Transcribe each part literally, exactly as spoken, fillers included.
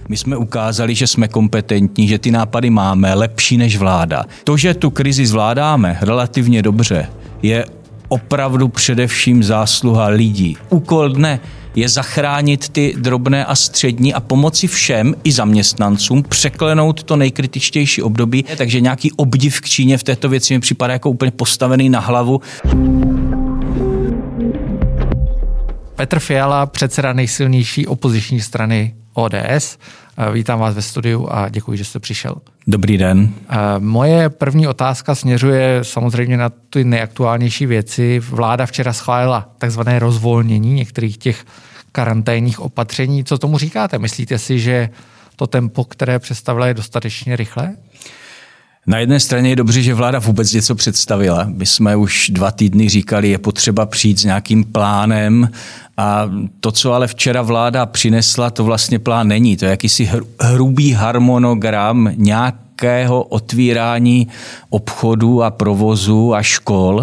My jsme ukázali, že jsme kompetentní, že ty nápady máme lepší než vláda. To, že tu krizi zvládáme relativně dobře, je opravdu především zásluha lidí. Úkol dne je zachránit ty drobné a střední a pomoci všem i zaměstnancům překlenout to nejkritičtější období. Takže nějaký obdiv k Číně v této věci mi připadá jako úplně postavený na hlavu. Petr Fiala, předseda nejsilnější opoziční strany O D S. Vítám vás ve studiu a děkuji, že jste přišel. Dobrý den. Moje první otázka směřuje samozřejmě na ty nejaktuálnější věci. Vláda včera schválila takzvané rozvolnění některých těch karanténních opatření. Co tomu říkáte? Myslíte si, že to tempo, které představila, je dostatečně rychlé? Na jedné straně je dobře, že vláda vůbec něco představila. My jsme už dva týdny říkali, je potřeba přijít s nějakým plánem a to, co ale včera vláda přinesla, to vlastně plán není. To je jakýsi hrubý harmonogram nějakého otvírání obchodu a provozu a škol.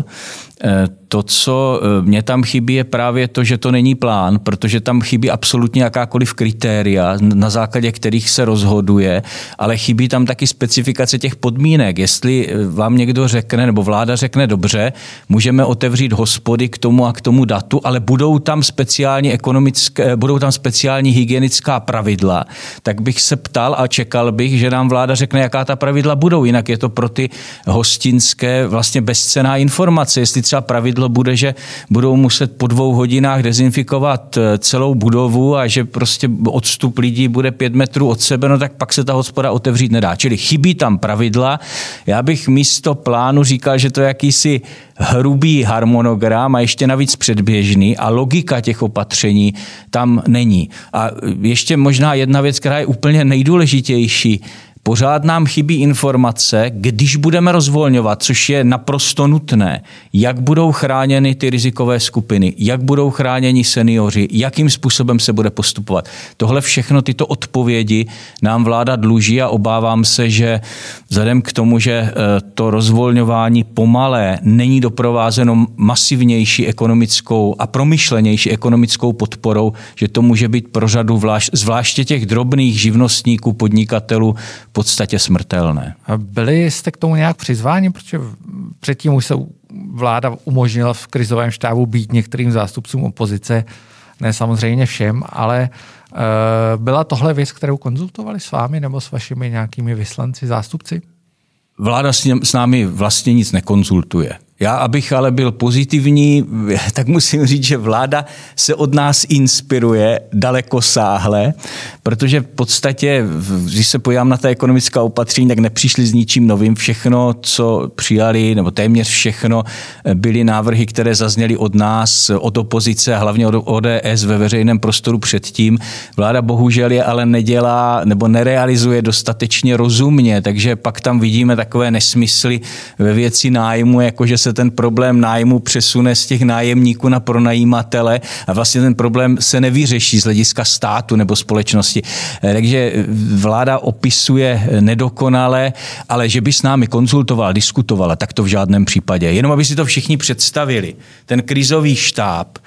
To, co mě tam chybí, je právě to, že to není plán, protože tam chybí absolutně jakákoliv kritéria, na základě kterých se rozhoduje, ale chybí tam taky specifikace těch podmínek. Jestli vám někdo řekne, nebo vláda řekne dobře, můžeme otevřít hospody k tomu a k tomu datu, ale budou tam speciální ekonomické, budou tam speciální hygienická pravidla, tak bych se ptal a čekal bych, že nám vláda řekne, jaká ta pravidla budou. Jinak je to pro ty hostinské vlastně bezcenná informace. Jestli třeba pravidlo bude, že budou muset po dvou hodinách dezinfikovat celou budovu a že prostě odstup lidí bude pět metrů od sebe, no tak pak se ta hospoda otevřít nedá. Čili chybí tam pravidla. Já bych místo plánu říkal, že to je jakýsi hrubý harmonogram a ještě navíc předběžný a logika těch opatření tam není. A ještě možná jedna věc, která je úplně nejdůležitější. Pořád nám chybí informace, když budeme rozvolňovat, což je naprosto nutné, jak budou chráněny ty rizikové skupiny, jak budou chráněni seniori, jakým způsobem se bude postupovat. Tohle všechno, tyto odpovědi nám vláda dluží a obávám se, že vzhledem k tomu, že to rozvolňování pomalé není doprovázeno masivnější ekonomickou a promyšlenější ekonomickou podporou, že to může být pro řadu zvláště těch drobných živnostníků, podnikatelů v podstatě smrtelné. A byli jste k tomu nějak přizváni, protože předtím už se vláda umožnila v krizovém štábu být některým zástupcům opozice, ne samozřejmě všem, ale uh, byla tohle věc, kterou konzultovali s vámi nebo s vašimi nějakými vyslanci, zástupci? Vláda s námi vlastně nic nekonzultuje. Já, abych ale byl pozitivní, tak musím říct, že vláda se od nás inspiruje dalekosáhle, protože v podstatě, když se podívám na ta ekonomická opatření, tak nepřišli s ničím novým. Všechno, co přijali, nebo téměř všechno, byly návrhy, které zazněly od nás, od opozice a hlavně od O D S ve veřejném prostoru předtím. Vláda bohužel je ale nedělá nebo nerealizuje dostatečně rozumně, takže pak tam vidíme takové nesmysly ve věci nájmu, jakože se ten problém nájmu přesune z těch nájemníků na pronajímatele a vlastně ten problém se nevyřeší z hlediska státu nebo společnosti. Takže vláda opisuje nedokonale, ale že by s námi konzultovala, diskutovala, tak to v žádném případě. Jenom aby si to všichni představili. Ten krizový štáb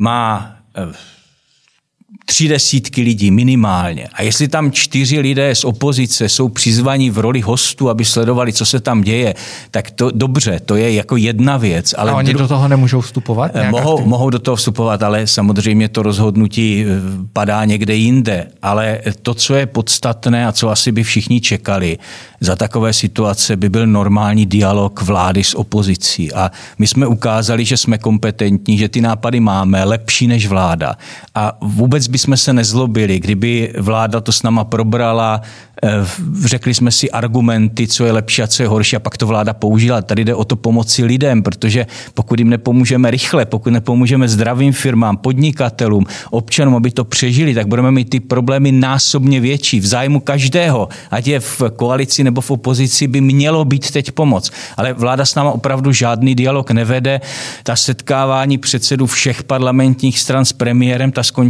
má tři desítky lidí minimálně. A jestli tam čtyři lidé z opozice jsou přizvaní v roli hostů, aby sledovali, co se tam děje, tak to dobře, to je jako jedna věc. Ale a oni dru... do toho nemůžou vstupovat? Mohou, mohou do toho vstupovat, ale samozřejmě to rozhodnutí padá někde jinde. Ale to, co je podstatné a co asi by všichni čekali, za takové situace by byl normální dialog vlády s opozicí. A my jsme ukázali, že jsme kompetentní, že ty nápady máme, lepší než vláda. A vůbec bychom se nezlobili, kdyby vláda to s náma probrala, řekli jsme si argumenty, co je lepší a co je horší a pak to vláda použila. Tady jde o to pomoci lidem, protože pokud jim nepomůžeme rychle, pokud nepomůžeme zdravým firmám, podnikatelům, občanům, aby to přežili, tak budeme mít ty problémy násobně větší. V zájmu každého, ať je v koalici nebo v opozici, by mělo být teď pomoc. Ale vláda s náma opravdu žádný dialog nevede. Ta setkávání předsedů všech parlamentních stran s premiérem, ta skončila někdy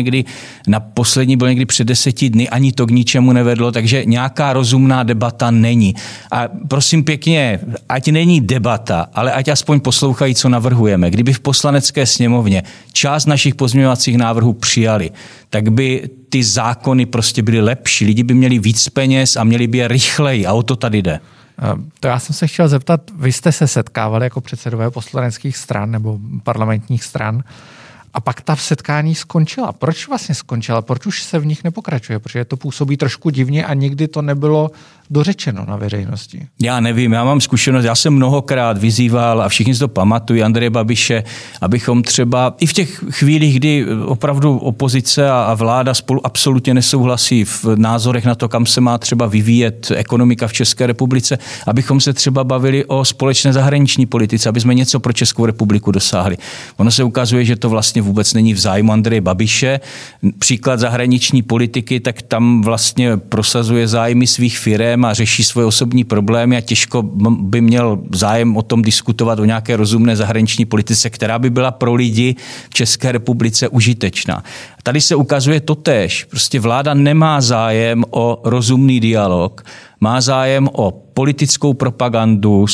někdy, na poslední byl někdy před deseti dny, ani to k ničemu nevedlo, takže nějaká rozumná debata není. A prosím pěkně, ať není debata, ale ať aspoň poslouchají, co navrhujeme. Kdyby v Poslanecké sněmovně část našich pozměňovacích návrhů přijali, tak by ty zákony prostě byly lepší. Lidi by měli víc peněz a měli by je rychleji a o to tady jde. To já jsem se chtěl zeptat, vy jste se setkávali jako předsedové poslaneckých stran nebo parlamentních stran a pak ta setkání skončila. Proč vlastně skončila? Proč už se v nich nepokračuje? Protože to působí trošku divně a nikdy to nebylo dořečeno na veřejnosti. Já nevím, já mám zkušenost, já jsem mnohokrát vyzýval a všichni si to pamatují, Andreje Babiše, abychom třeba i v těch chvílích, kdy opravdu opozice a vláda spolu absolutně nesouhlasí v názorech na to, kam se má třeba vyvíjet ekonomika v České republice, abychom se třeba bavili o společné zahraniční politice, aby jsme něco pro Českou republiku dosáhli. Ono se ukazuje, že to vlastně vůbec není v zájmu Andreje Babiše. Příklad zahraniční politiky, tak tam vlastně prosazuje zájmy svých firem a řeší svoje osobní problémy a těžko by měl zájem o tom diskutovat o nějaké rozumné zahraniční politice, která by byla pro lidi v České republice užitečná. Tady se ukazuje totéž. Prostě vláda nemá zájem o rozumný dialog, má zájem o politickou propagandu,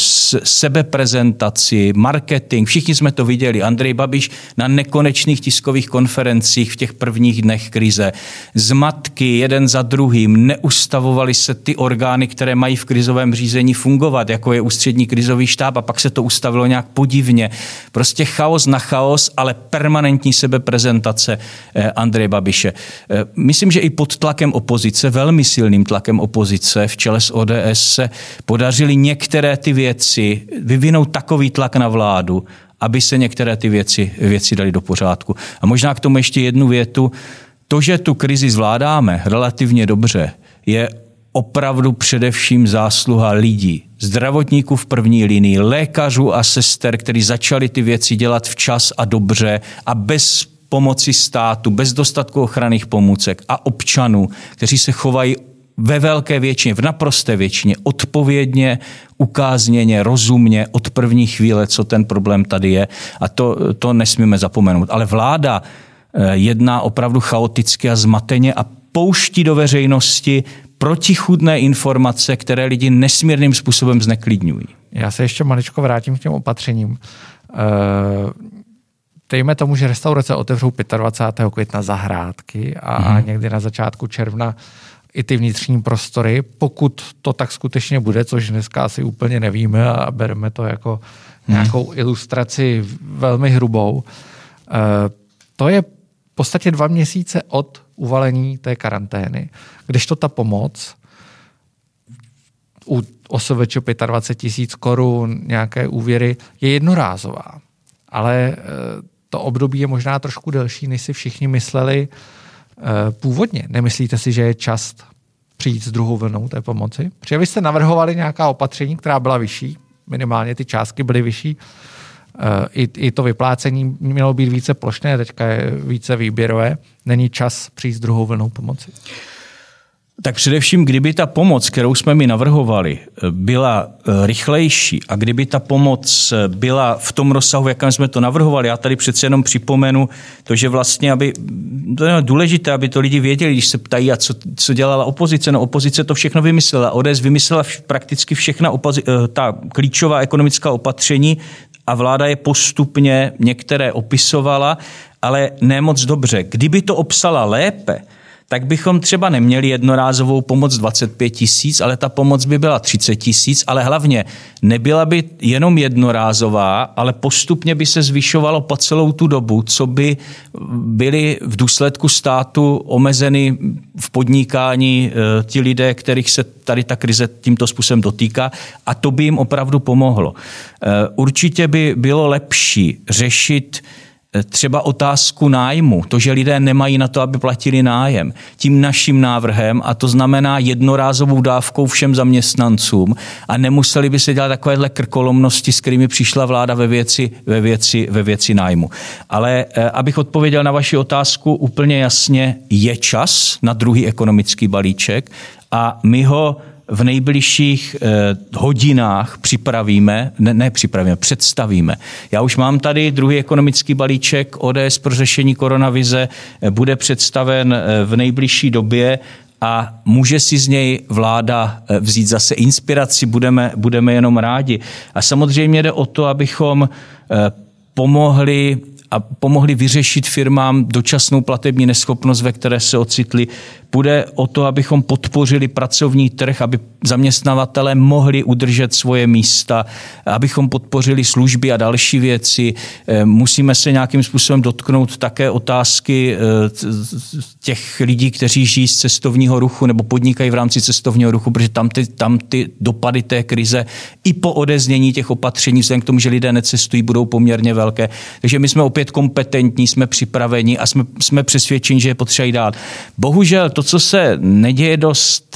sebeprezentaci, marketing. Všichni jsme to viděli. Andrej Babiš na nekonečných tiskových konferencích v těch prvních dnech krize. Zmatky jeden za druhým. Neustavovaly se ty orgány, které mají v krizovém řízení fungovat, jako je ústřední krizový štáb, a pak se to ustavilo nějak podivně. Prostě chaos na chaos, ale permanentní sebeprezentace Andreje Babiše. Myslím, že i pod tlakem opozice, velmi silným tlakem opozice v čele s O D S se podařily některé ty věci, vyvinout takový tlak na vládu, aby se některé ty věci, věci daly do pořádku. A možná k tomu ještě jednu větu. To, že tu krizi zvládáme relativně dobře, je opravdu především zásluha lidí, zdravotníků v první linii, lékařů a sester, kteří začali ty věci dělat včas a dobře a bez pomoci státu, bez dostatku ochranných pomůcek a občanů, kteří se chovají ve velké většině, v naprosté většině, odpovědně, ukázněně, rozumně od první chvíle, co ten problém tady je. A to, to nesmíme zapomenout. Ale vláda jedná opravdu chaoticky a zmateně a pouští do veřejnosti protichůdné informace, které lidi nesmírným způsobem zneklidňují. Já se ještě maličko vrátím k těm opatřením. Dejme tomu, že restaurace otevřou dvacátého pátého května zahrádky a hmm. někdy na začátku června i ty vnitřní prostory, pokud to tak skutečně bude, což dneska asi úplně nevíme a bereme to jako hmm. nějakou ilustraci velmi hrubou. To je v podstatě dva měsíce od uvalení té karantény, kdežto ta pomoc u O S V Č dvacet pět tisíc korun, nějaké úvěry, je jednorázová. Ale to období je možná trošku delší, než si všichni mysleli původně. Nemyslíte si, že je čas přijít s druhou vlnou té pomoci? Protože vy jste navrhovali nějaká opatření, která byla vyšší, minimálně ty částky byly vyšší, I, i to vyplácení mělo být více plošné, teďka je více výběrové. Není čas přijít s druhou vlnou pomoci? Tak především, kdyby ta pomoc, kterou jsme mi navrhovali, byla rychlejší a kdyby ta pomoc byla v tom rozsahu, v jakém jsme to navrhovali, já tady přece jenom připomenu to, že vlastně, aby, to je důležité, aby to lidi věděli, když se ptají, a co, co dělala opozice. No opozice to všechno vymyslela. O D S vymyslela prakticky všechna opozi, ta klíčová ekonomická opatření a vláda je postupně některé opisovala, ale ne moc dobře. Kdyby to obsala lépe, tak bychom třeba neměli jednorázovou pomoc dvacet pět tisíc, ale ta pomoc by byla třicet tisíc, ale hlavně nebyla by jenom jednorázová, ale postupně by se zvyšovalo po celou tu dobu, co by byli v důsledku státu omezeny v podnikání ti lidé, kterých se tady ta krize tímto způsobem dotýká, a to by jim opravdu pomohlo. Určitě by bylo lepší řešit třeba otázku nájmu, to, že lidé nemají na to, aby platili nájem, tím naším návrhem, a to znamená jednorázovou dávkou všem zaměstnancům, a nemuseli by se dělat takovéhle krkolomnosti, s kterými přišla vláda ve věci, ve věci, ve věci nájmu. Ale abych odpověděl na vaši otázku úplně jasně, je čas na druhý ekonomický balíček a my ho v nejbližších eh, hodinách připravíme, ne, ne připravíme, představíme. Já už mám tady druhý ekonomický balíček O D S pro řešení koronavize, eh, bude představen eh, v nejbližší době a může si z něj vláda eh, vzít zase inspiraci, budeme, budeme jenom rádi. A samozřejmě jde o to, abychom eh, pomohli a pomohli vyřešit firmám dočasnou platební neschopnost, ve které se ocitli. Půjde o to, abychom podpořili pracovní trh, aby zaměstnavatelé mohli udržet svoje místa, abychom podpořili služby a další věci. Musíme se nějakým způsobem dotknout také otázky těch lidí, kteří žijí z cestovního ruchu nebo podnikají v rámci cestovního ruchu, protože tam ty, tam ty dopady té krize i po odeznění těch opatření, vzhledem k tomu, že lidé necestují, budou poměrně velké. Takže my jsme opět kompetentní, jsme připraveni a jsme, jsme přesvědčeni, že je potřeba jít dál. Bohužel to, co se neděje dost,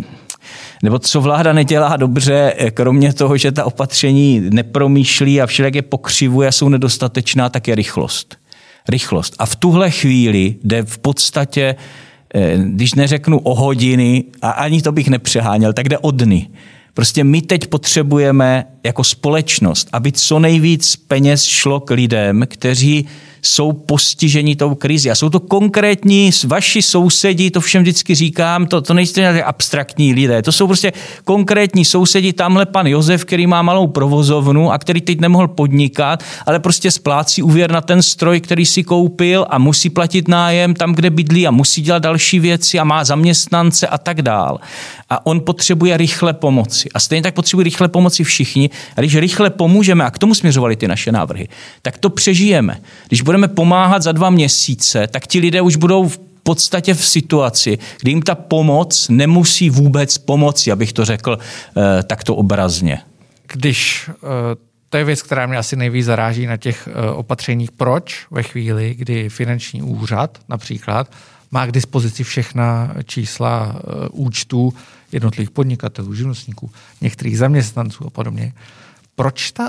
nebo co vláda nedělá dobře, kromě toho, že ta opatření nepromýšlí a všelijak je pokřivuje a jsou nedostatečná, tak je rychlost. Rychlost. A v tuhle chvíli jde v podstatě, když neřeknu o hodiny, a ani to bych nepřeháněl, tak jde o dny. Prostě my teď potřebujeme jako společnost, aby co nejvíc peněz šlo k lidem, kteří jsou postiženi tou krizí. A jsou to konkrétní vaši sousedi, to všem vždycky říkám, to, to nejsou nějaké abstraktní lidé, to jsou prostě konkrétní sousedi, tamhle pan Josef, který má malou provozovnu a který teď nemohl podnikat, ale prostě splácí úvěr na ten stroj, který si koupil a musí platit nájem tam, kde bydlí a musí dělat další věci a má zaměstnance a tak dál. A on potřebuje rychle pomoci. A stejně tak potřebují rychle pomoci všichni. A když rychle pomůžeme, a k tomu směřovaly ty naše návrhy, tak to přežijeme. Když budeme pomáhat za dva měsíce, tak ti lidé už budou v podstatě v situaci, kdy jim ta pomoc nemusí vůbec pomoci, abych to řekl eh, takto obrazně. Když, eh, to je věc, která mě asi nejvíc zaráží na těch eh, opatřeních, proč ve chvíli, kdy finanční úřad například má k dispozici všechna čísla eh, účtů jednotlivých podnikatelů, živnostníků, některých zaměstnanců a podobně, proč ta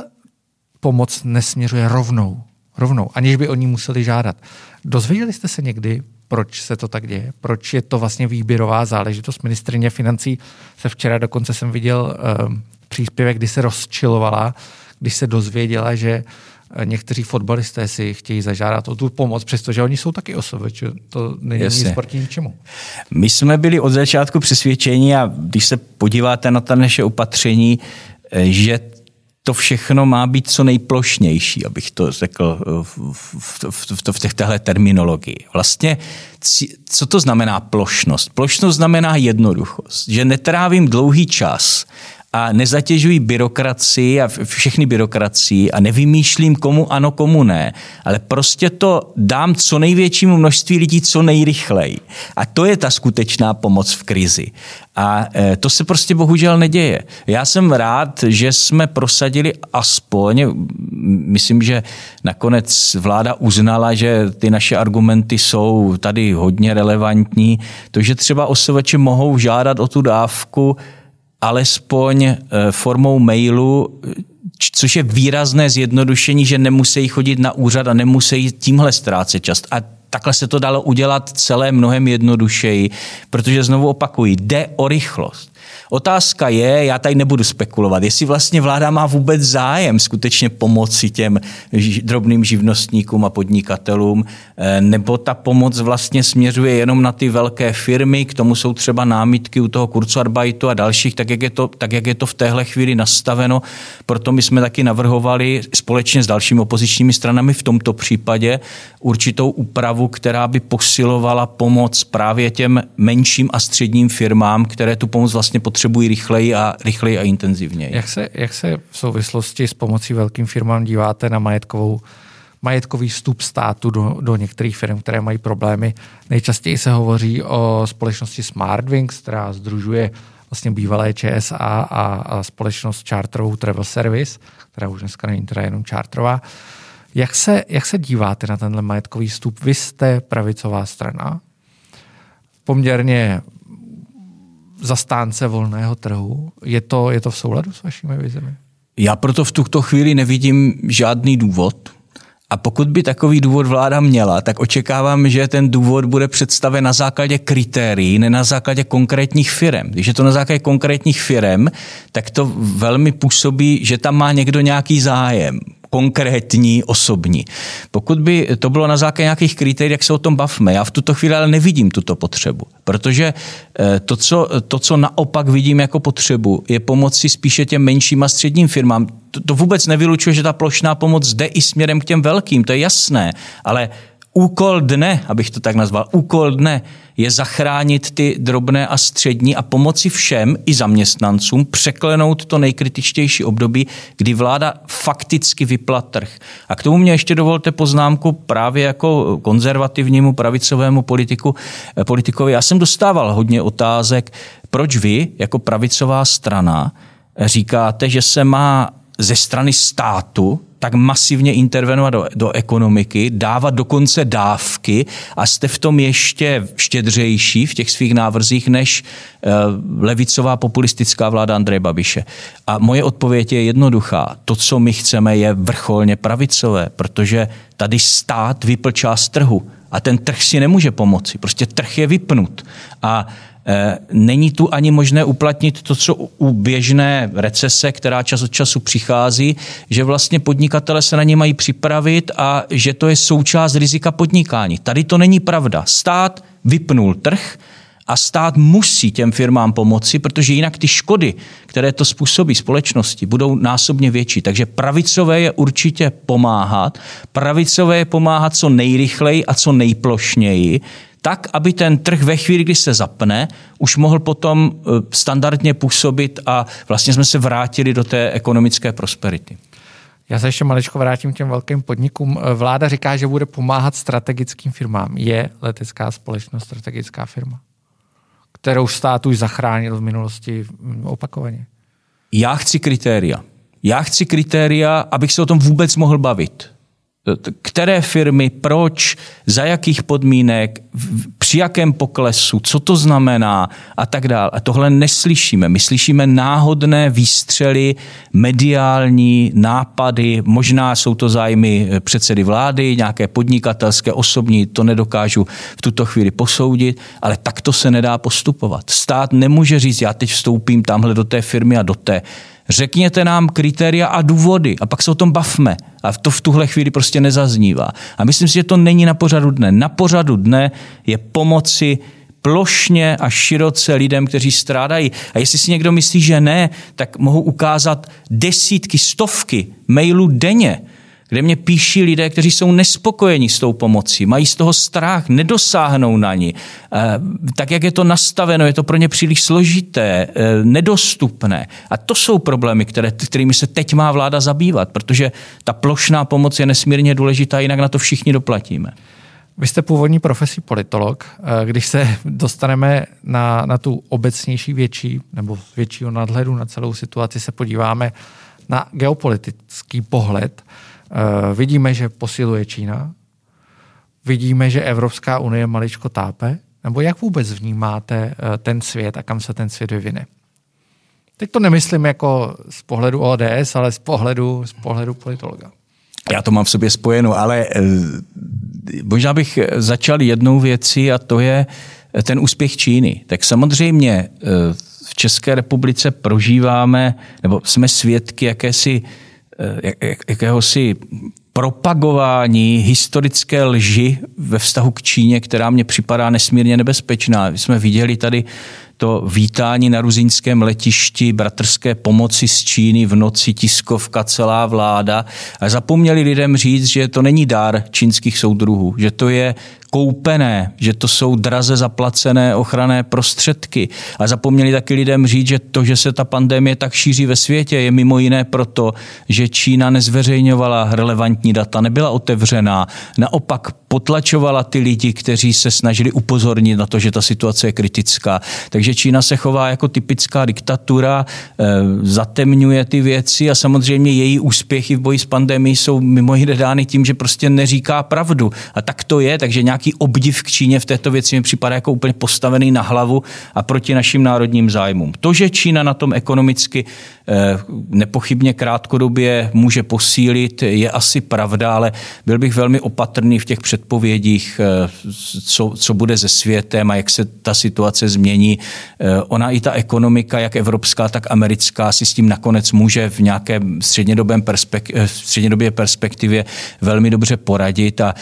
pomoc nesměřuje rovnou? Rovnou, aniž by oni museli žádat. Dozvěděli jste se někdy, proč se to tak děje? Proč je to vlastně výběrová záležitost? Ministryně financí se včera, dokonce jsem viděl uh, příspěvek, kdy se rozčilovala, když se dozvěděla, že někteří fotbalisté si chtějí zažádat o tu pomoc, přestože oni jsou taky osoby, že to není nic proti ničemu. My jsme byli od začátku přesvědčeni a když se podíváte na ta naše opatření, že to všechno má být co nejplošnější, abych to řekl v, v, v, v, v téhle terminologii. Vlastně, co to znamená plošnost? Plošnost znamená jednoduchost, že netrávím dlouhý čas a nezatěžují byrokracii a všechny byrokracii a nevymýšlím, komu ano, komu ne, ale prostě to dám co největšímu množství lidí co nejrychleji. A to je ta skutečná pomoc v krizi. A to se prostě bohužel neděje. Já jsem rád, že jsme prosadili aspoň, myslím, že nakonec vláda uznala, že ty naše argumenty jsou tady hodně relevantní, to, že třeba O S V Č mohou žádat o tu dávku alespoň formou mailu, což je výrazné zjednodušení, že nemusí chodit na úřad a nemusí tímhle ztrácet čas. A takhle se to dalo udělat celé mnohem jednodušeji, protože znovu opakuji, jde o rychlost. Otázka je, já tady nebudu spekulovat, jestli vlastně vláda má vůbec zájem skutečně pomoci těm drobným živnostníkům a podnikatelům, nebo ta pomoc vlastně směřuje jenom na ty velké firmy, k tomu jsou třeba námitky u toho Kurzarbeitu a dalších, tak jak je to, tak jak je to v téhle chvíli nastaveno. Proto my jsme taky navrhovali společně s dalšími opozičními stranami v tomto případě určitou úpravu, která by posilovala pomoc právě těm menším a středním firmám, které tu pomoc vlastně potřebují rychleji a, rychleji a intenzivněji. Jak se, jak se v souvislosti s pomocí velkým firmám díváte na majetkovou, majetkový vstup státu do, do některých firm, které mají problémy? Nejčastěji se hovoří o společnosti Smartwings, která sdružuje vlastně bývalé Č S A a, a společnost charterovou Travel Service, která už dneska není teda jenom charterová. Jak se, jak se díváte na tenhle majetkový vstup? Vy jste pravicová strana, poměrně zastánce volného trhu. Je to, je to v souladu s vašimi vizemi? Já proto v tuto chvíli nevidím žádný důvod A pokud by takový důvod vláda měla, tak očekávám, že ten důvod bude představen na základě kritérií, ne na základě konkrétních firem. Když je to na základě konkrétních firem, tak to velmi působí, že tam má někdo nějaký zájem, konkrétní, osobní. Pokud by to bylo na základě nějakých kritérií, jak se o tom bavme. Já v tuto chvíli ale nevidím tuto potřebu, protože to co, to, co naopak vidím jako potřebu, je pomoci spíše těm menším a středním firmám. To, to vůbec nevylučuje, že ta plošná pomoc jde i směrem k těm velkým, to je jasné, ale úkol dne, abych to tak nazval, úkol dne je zachránit ty drobné a střední a pomoci všem i zaměstnancům překlenout to nejkritičtější období, kdy vláda fakticky vypla trh. A k tomu mě ještě dovolte poznámku právě jako konzervativnímu pravicovému politiku, politikovi. Já jsem dostával hodně otázek, proč vy jako pravicová strana říkáte, že se má ze strany státu tak masivně intervenovat do, do ekonomiky, dávat dokonce dávky a jste v tom ještě štědřejší v těch svých návrzích než uh, levicová populistická vláda Andreje Babiše. A moje odpověď je jednoduchá. To, co my chceme, je vrcholně pravicové, protože tady stát vypl část trhu a ten trh si nemůže pomoci. Prostě trh je vypnut. A není tu ani možné uplatnit to, co u běžné recese, která čas od času přichází, že vlastně podnikatele se na ně mají připravit a že to je součást rizika podnikání. Tady to není pravda. Stát vypnul trh a stát musí těm firmám pomoci, protože jinak ty škody, které to způsobí společnosti, budou násobně větší. Takže pravicové je určitě pomáhat. Pravicové je pomáhat co nejrychleji a co nejplošněji, tak, aby ten trh ve chvíli, kdy se zapne, už mohl potom standardně působit a vlastně jsme se vrátili do té ekonomické prosperity. Já se ještě maličko vrátím k těm velkým podnikům. Vláda říká, že bude pomáhat strategickým firmám. Je letecká společnost strategická firma, kterou stát už zachránil v minulosti opakovaně? Já chci kritéria. Já chci kritéria, abych se o tom vůbec mohl bavit. Které firmy, proč, za jakých podmínek, při jakém poklesu, co to znamená a tak dále. A tohle neslyšíme. My slyšíme náhodné výstřely, mediální nápady, možná jsou to zájmy předsedy vlády, nějaké podnikatelské, osobní, to nedokážu v tuto chvíli posoudit, ale takto se nedá postupovat. Stát nemůže říct, já teď vstoupím tamhle do té firmy a do té. Řekněte nám kritéria a důvody a pak se o tom bavme. A to v tuhle chvíli prostě nezaznívá. A myslím si, že to není na pořadu dne. Na pořadu dne je pomoci plošně a široce lidem, kteří strádají. A jestli si někdo myslí, že ne, tak mohu ukázat desítky, stovky mailů denně, kde mě píší lidé, kteří jsou nespokojeni s tou pomocí, mají z toho strach, nedosáhnou na ní. Tak, jak je to nastaveno, je to pro ně příliš složité, nedostupné. A to jsou problémy, které, kterými se teď má vláda zabývat, protože ta plošná pomoc je nesmírně důležitá, jinak na to všichni doplatíme. Vy jste původní profesí politolog. Když se dostaneme na, na tu obecnější větší nebo většího nadhledu na celou situaci, se podíváme na geopolitický pohled. Uh, vidíme, že posiluje Čína, vidíme, že Evropská unie maličko tápe, nebo jak vůbec vnímáte uh, ten svět a kam se ten svět vyvine? Teď to nemyslím jako z pohledu O D S, ale z pohledu, z pohledu politologa. Já to mám v sobě spojeno, ale uh, možná bych začal jednou věcí a to je ten úspěch Číny. Tak samozřejmě uh, v České republice prožíváme, nebo jsme svědky jakési Jak, jakéhosi propagování historické lži ve vztahu k Číně, která mně připadá nesmírně nebezpečná. My jsme viděli tady to vítání na ruzyňském letišti bratrské pomoci z Číny v noci, tiskovka, celá vláda. A zapomněli lidem říct, že to není dar čínských soudruhů, že to je koupené, že to jsou draze zaplacené ochranné prostředky. A zapomněli taky lidem říct, že to, že se ta pandemie tak šíří ve světě, je mimo jiné proto, že Čína nezveřejňovala relevantní data, nebyla otevřená, naopak potlačovala ty lidi, kteří se snažili upozornit na to, že ta situace je kritická. Takže Čína se chová jako typická diktatura, zatemňuje ty věci a samozřejmě její úspěchy v boji s pandemií jsou mimo jiné dány tím, že prostě neříká pravdu. A tak to je, takže nějaký obdiv k Číně v této věci mi připadá jako úplně postavený na hlavu a proti našim národním zájmům. To, že Čína na tom ekonomicky nepochybně krátkodobě může posílit, je asi pravda, ale byl bych velmi opatrný v těch předpovědích, co, co bude se světem a jak se ta situace změní. Ona i ta ekonomika, jak evropská, tak americká, si s tím nakonec může v nějaké střednědobém perspek- střednědobé perspektivě velmi dobře poradit a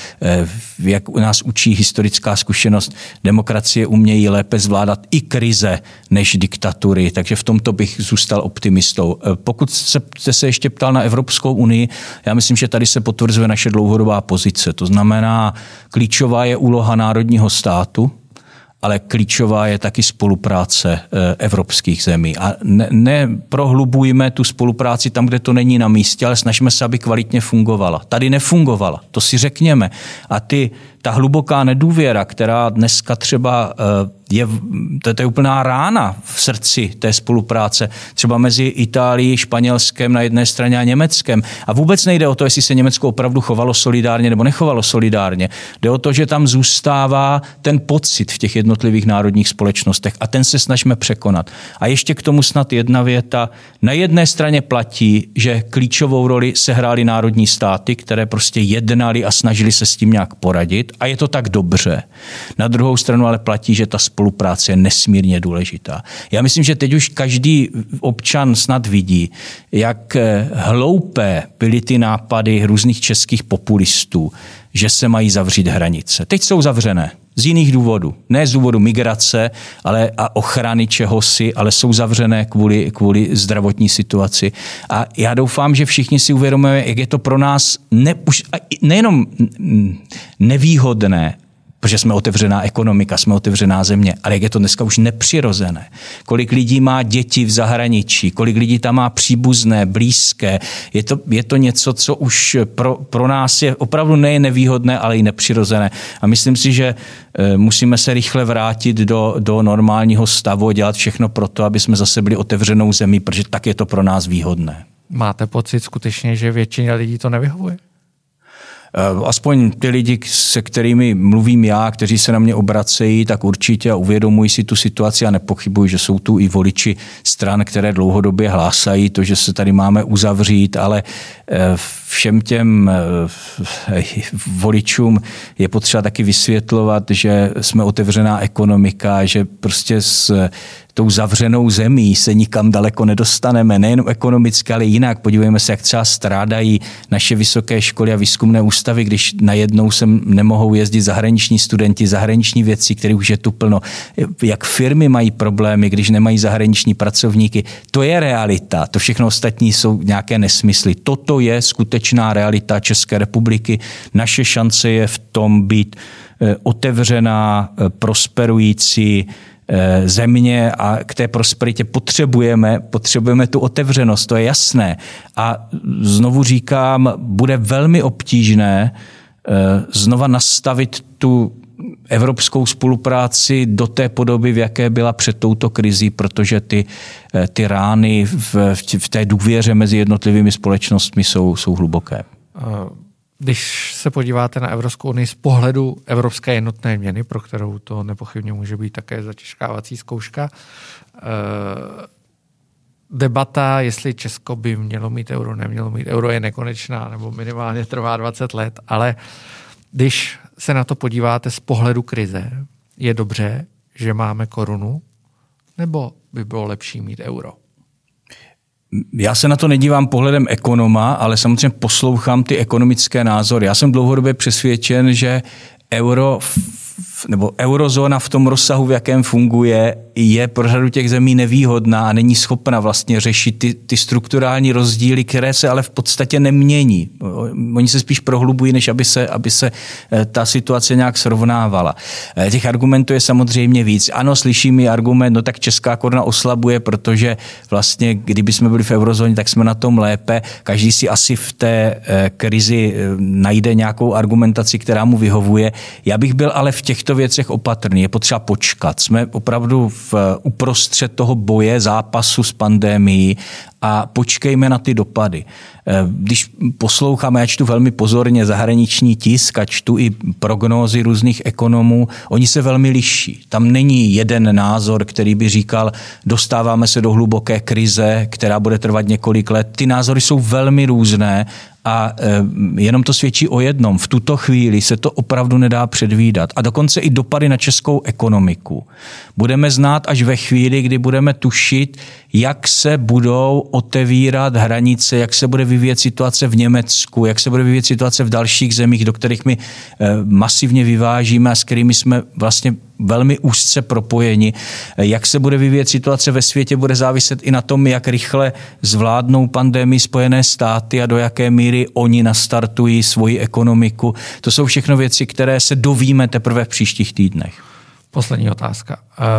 jak u nás učí historická zkušenost, demokracie umějí lépe zvládat i krize než diktatury, takže v tomto bych zůstal optimistou. Pokud jste se ještě ptal na Evropskou unii, já myslím, že tady se potvrzuje naše dlouhodobá pozice. To znamená, klíčová je úloha národního státu, ale klíčová je taky spolupráce evropských zemí. A ne, neprohlubujme tu spolupráci tam, kde to není na místě, ale snažíme se, aby kvalitně fungovala. Tady nefungovala, to si řekněme. A ty, ta hluboká nedůvěra, která dneska třeba je, to je úplná rána v srdci té spolupráce, třeba mezi Itálií, Španělskem na jedné straně a Německem. A vůbec nejde o to, jestli se Německo opravdu chovalo solidárně nebo nechovalo solidárně. Jde o to, že tam zůstává ten pocit v těch jednotlivých národních společnostech a ten se snažíme překonat. A ještě k tomu snad jedna věta. Na jedné straně platí, že klíčovou roli sehrály národní státy, které prostě jednali a snažili se s tím nějak poradit a je to tak dobře. Na druhou stranu ale platí, že ta spolupráce je nesmírně důležitá. Já myslím, že teď už každý občan snad vidí, jak hloupé byly ty nápady různých českých populistů, že se mají zavřít hranice. Teď jsou zavřené. Z jiných důvodů. Ne z důvodu migrace ale a ochrany čehosi, ale jsou zavřené kvůli, kvůli zdravotní situaci. A já doufám, že všichni si uvědomujeme, jak je to pro nás ne, už, nejenom nevýhodné, protože jsme otevřená ekonomika, jsme otevřená země, ale jak je to dneska už nepřirozené. Kolik lidí má děti v zahraničí, kolik lidí tam má příbuzné, blízké. Je to, je to něco, co už pro, pro nás je opravdu nejen nevýhodné, ale i nepřirozené. A myslím si, že e, musíme se rychle vrátit do, do normálního stavu a dělat všechno pro to, aby jsme zase byli otevřenou zemí, protože tak je to pro nás výhodné. Máte pocit skutečně, že většině lidí to nevyhovuje? Aspoň ty lidi, se kterými mluvím já, kteří se na mě obracejí, tak určitě a uvědomují si tu situaci a nepochybuji, že jsou tu i voliči stran, které dlouhodobě hlásají to, že se tady máme uzavřít, ale všem těm voličům je potřeba taky vysvětlovat, že jsme otevřená ekonomika, že prostě s tou zavřenou zemí se nikam daleko nedostaneme, nejen ekonomicky, ale jinak. Podívejme se, jak třeba strádají naše vysoké školy a výzkumné ústavy, když najednou sem nemohou jezdit zahraniční studenti, zahraniční vědci, kterých už je tu plno. Jak firmy mají problémy, když nemají zahraniční pracovníky. To je realita. To všechno ostatní jsou nějaké nesmysly. Toto je skutečná realita České republiky. Naše šance je v tom být otevřená, prosperující země a k té prosperitě potřebujeme, potřebujeme tu otevřenost, to je jasné. A znovu říkám, bude velmi obtížné znova nastavit tu evropskou spolupráci do té podoby, v jaké byla před touto krizí, protože ty, ty rány v, v té důvěře mezi jednotlivými společnostmi jsou, jsou hluboké. Když se podíváte na Evropskou unii z pohledu evropské jednotné měny, pro kterou to nepochybně může být také zatěžkávací zkouška, debata, jestli Česko by mělo mít euro, nemělo mít euro, je nekonečná, nebo minimálně trvá dvacet let, ale když se na to podíváte z pohledu krize, je dobře, že máme korunu, nebo by bylo lepší mít euro? Já se na to nedívám pohledem ekonoma, ale samozřejmě poslouchám ty ekonomické názory. Já jsem dlouhodobě přesvědčen, že euro nebo eurozóna v tom rozsahu, v jakém funguje, je pro řadu těch zemí nevýhodná a není schopna vlastně řešit ty, ty strukturální rozdíly, které se ale v podstatě nemění. Oni se spíš prohlubují, než aby se, aby se ta situace nějak srovnávala. Těch argumentů je samozřejmě víc. Ano, slyším i argument, no tak česká koruna oslabuje, protože vlastně, kdyby jsme byli v eurozóně, tak jsme na tom lépe. Každý si asi v té krizi najde nějakou argumentaci, která mu vyhovuje. Já bych byl ale v těchto věcech opatrný. Je potřeba počkat. Jsme opravdu v uprostřed toho boje, zápasu s pandemií a počkejme na ty dopady. Když posloucháme, já čtu velmi pozorně zahraniční tisk a čtu i prognózy různých ekonomů, oni se velmi liší. Tam není jeden názor, který by říkal, dostáváme se do hluboké krize, která bude trvat několik let. Ty názory jsou velmi různé a jenom to svědčí o jednom. V tuto chvíli se to opravdu nedá předvídat. A dokonce i dopady na českou ekonomiku budeme znát až ve chvíli, kdy budeme tušit, jak se budou otevírat hranice, jak se bude vyvíjet situace v Německu, jak se bude vyvíjet situace v dalších zemích, do kterých my masivně vyvážíme a s kterými jsme vlastně velmi úzce propojeni. Jak se bude vyvíjet situace ve světě, bude záviset i na tom, jak rychle zvládnou pandemii Spojené státy a do jaké míry oni nastartují svoji ekonomiku. To jsou všechno věci, které se dovíme teprve v příštích týdnech. Poslední otázka.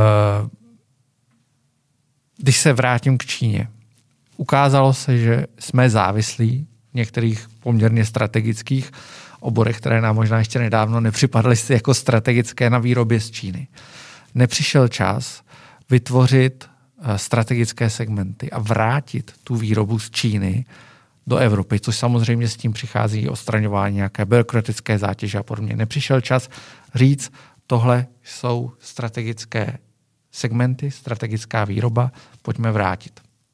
Když se vrátím k Číně, ukázalo se, že jsme závislí v některých poměrně strategických oborech, které nám možná ještě nedávno nepřipadly si jako strategické na výrobě z Číny. Nepřišel čas vytvořit strategické segmenty a vrátit tu výrobu z Číny do Evropy, což samozřejmě s tím přichází odstraňování nějaké byrokratické zátěže a podobně. Nepřišel čas říct, tohle jsou strategické segmenty, strategická výroba, pojďme vrátit.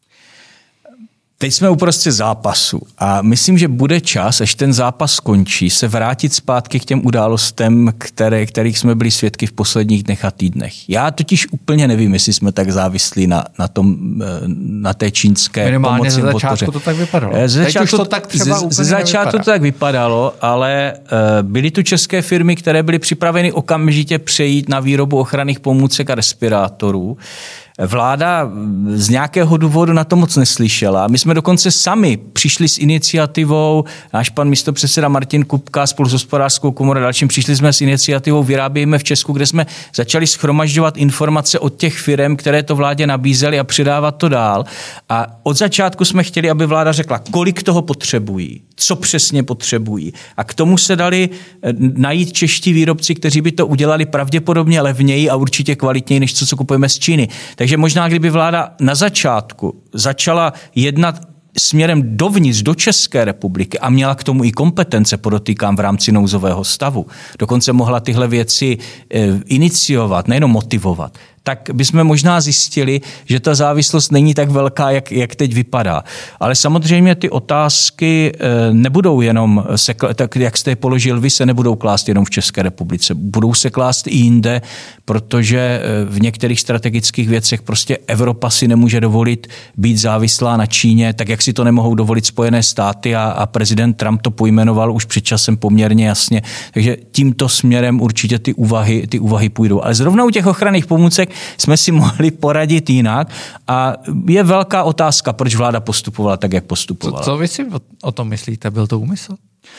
Teď jsme uprostřed zápasu a myslím, že bude čas, až ten zápas skončí, se vrátit zpátky k těm událostem, které, kterých jsme byli svědky v posledních dnech a týdnech. Já totiž úplně nevím, jestli jsme tak závislí na, na, tom, na té čínské minimálně pomoci. Minimálně ze začátku to tak vypadalo. Ze začátku to tak třeba ze, ze začátku to tak vypadalo, ale uh, byly tu české firmy, které byly připraveny okamžitě přejít na výrobu ochranných pomůcek a respirátorů. Vláda z nějakého důvodu na to moc neslyšela. My jsme dokonce sami přišli s iniciativou, náš pan místopředseda Martin Kupka spolu s Hospodářskou komorou a dalším přišli jsme s iniciativou Vyrábějme v Česku, kde jsme začali shromažďovat informace od těch firem, které to vládě nabízely a předávat to dál. A od začátku jsme chtěli, aby vláda řekla, kolik toho potřebují, co přesně potřebují. A k tomu se dali najít čeští výrobci, kteří by to udělali pravděpodobně levněji a určitě kvalitněji, než co, co kupujeme z Číny. Takže možná, kdyby vláda na začátku začala jednat směrem dovnitř do České republiky a měla k tomu i kompetence, podotýkám, v rámci nouzového stavu, dokonce mohla tyhle věci e, iniciovat, nejenom motivovat, tak bychom možná zjistili, že ta závislost není tak velká, jak, jak teď vypadá. Ale samozřejmě ty otázky nebudou jenom, se, tak jak jste je položil vy, se nebudou klást jenom v České republice. Budou se klást i jinde, protože v některých strategických věcech prostě Evropa si nemůže dovolit být závislá na Číně, tak jak si to nemohou dovolit Spojené státy a, a prezident Trump to pojmenoval už před časem poměrně jasně. Takže tímto směrem určitě ty úvahy, ty úvahy půjdou. Ale zrovna u těch ochranných pomůcek jsme si mohli poradit jinak a je velká otázka, proč vláda postupovala tak, jak postupovala. Co, co vy si o, o tom myslíte? Byl to úmysl?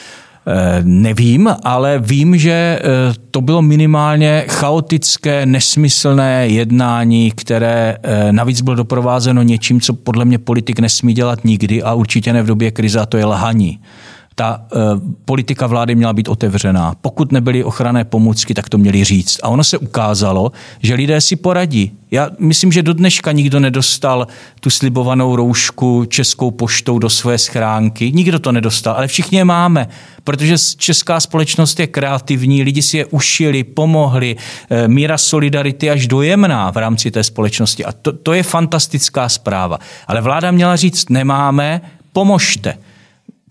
E, nevím, ale vím, že e, to bylo minimálně chaotické, nesmyslné jednání, které e, navíc bylo doprovázeno něčím, co podle mě politik nesmí dělat nikdy a určitě ne v době krize, a to je lhaní. Ta e, politika vlády měla být otevřená. Pokud nebyly ochranné pomůcky, tak to měli říct. A ono se ukázalo, že lidé si poradí. Já myslím, že do dneška nikdo nedostal tu slibovanou roušku Českou poštou do své schránky. Nikdo to nedostal, ale všichni je máme, protože česká společnost je kreativní, lidi si je ušili, pomohli, e, míra solidarity až dojemná v rámci té společnosti. A to, to je fantastická zpráva. Ale vláda měla říct, nemáme, pomožte.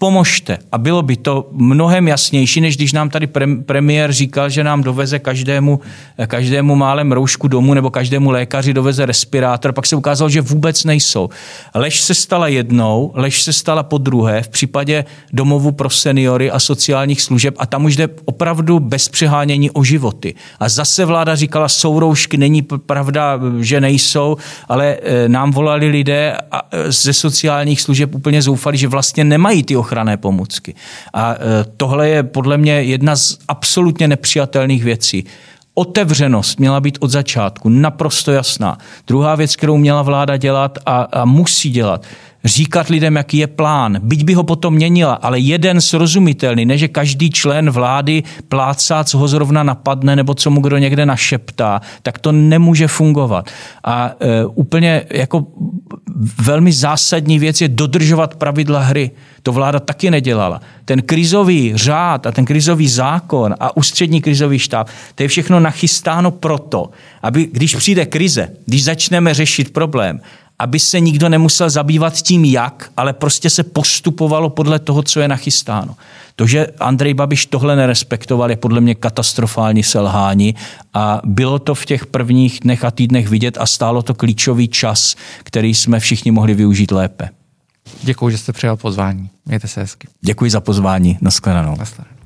Pomožte. A bylo by to mnohem jasnější, než když nám tady premiér říkal, že nám doveze každému, každému málem roušku domů nebo každému lékaři doveze respirátor. Pak se ukázalo, že vůbec nejsou. Lež se stala jednou, lež se stala po druhé v případě domovů pro seniory a sociálních služeb a tam už jde opravdu bez přehánění o životy. A zase vláda říkala, jsou roušky, není pravda, že nejsou, ale nám volali lidé ze sociálních služeb úplně zoufali, že vlastně nemají ty ochranné pomůcky. A tohle je podle mě jedna z absolutně nepřijatelných věcí. Otevřenost měla být od začátku naprosto jasná. Druhá věc, kterou měla vláda dělat a, a musí dělat, říkat lidem, jaký je plán. Byť by ho potom měnila, ale jeden srozumitelný, ne že každý člen vlády plácá, co ho zrovna napadne nebo co mu kdo někde našeptá, tak to nemůže fungovat. A e, úplně jako velmi zásadní věc je dodržovat pravidla hry. To vláda taky nedělala. Ten krizový řád a ten krizový zákon a ústřední krizový štáb, to je všechno nachystáno proto, aby když přijde krize, když začneme řešit problém, aby se nikdo nemusel zabývat tím, jak, ale prostě se postupovalo podle toho, co je nachystáno. To, že Andrej Babiš tohle nerespektoval, je podle mě katastrofální selhání a bylo to v těch prvních dnech a týdnech vidět a stálo to klíčový čas, který jsme všichni mohli využít lépe. Děkuji, že jste přijal pozvání. Mějte se hezky. Děkuji za pozvání. Nashledanou. Nashledanou.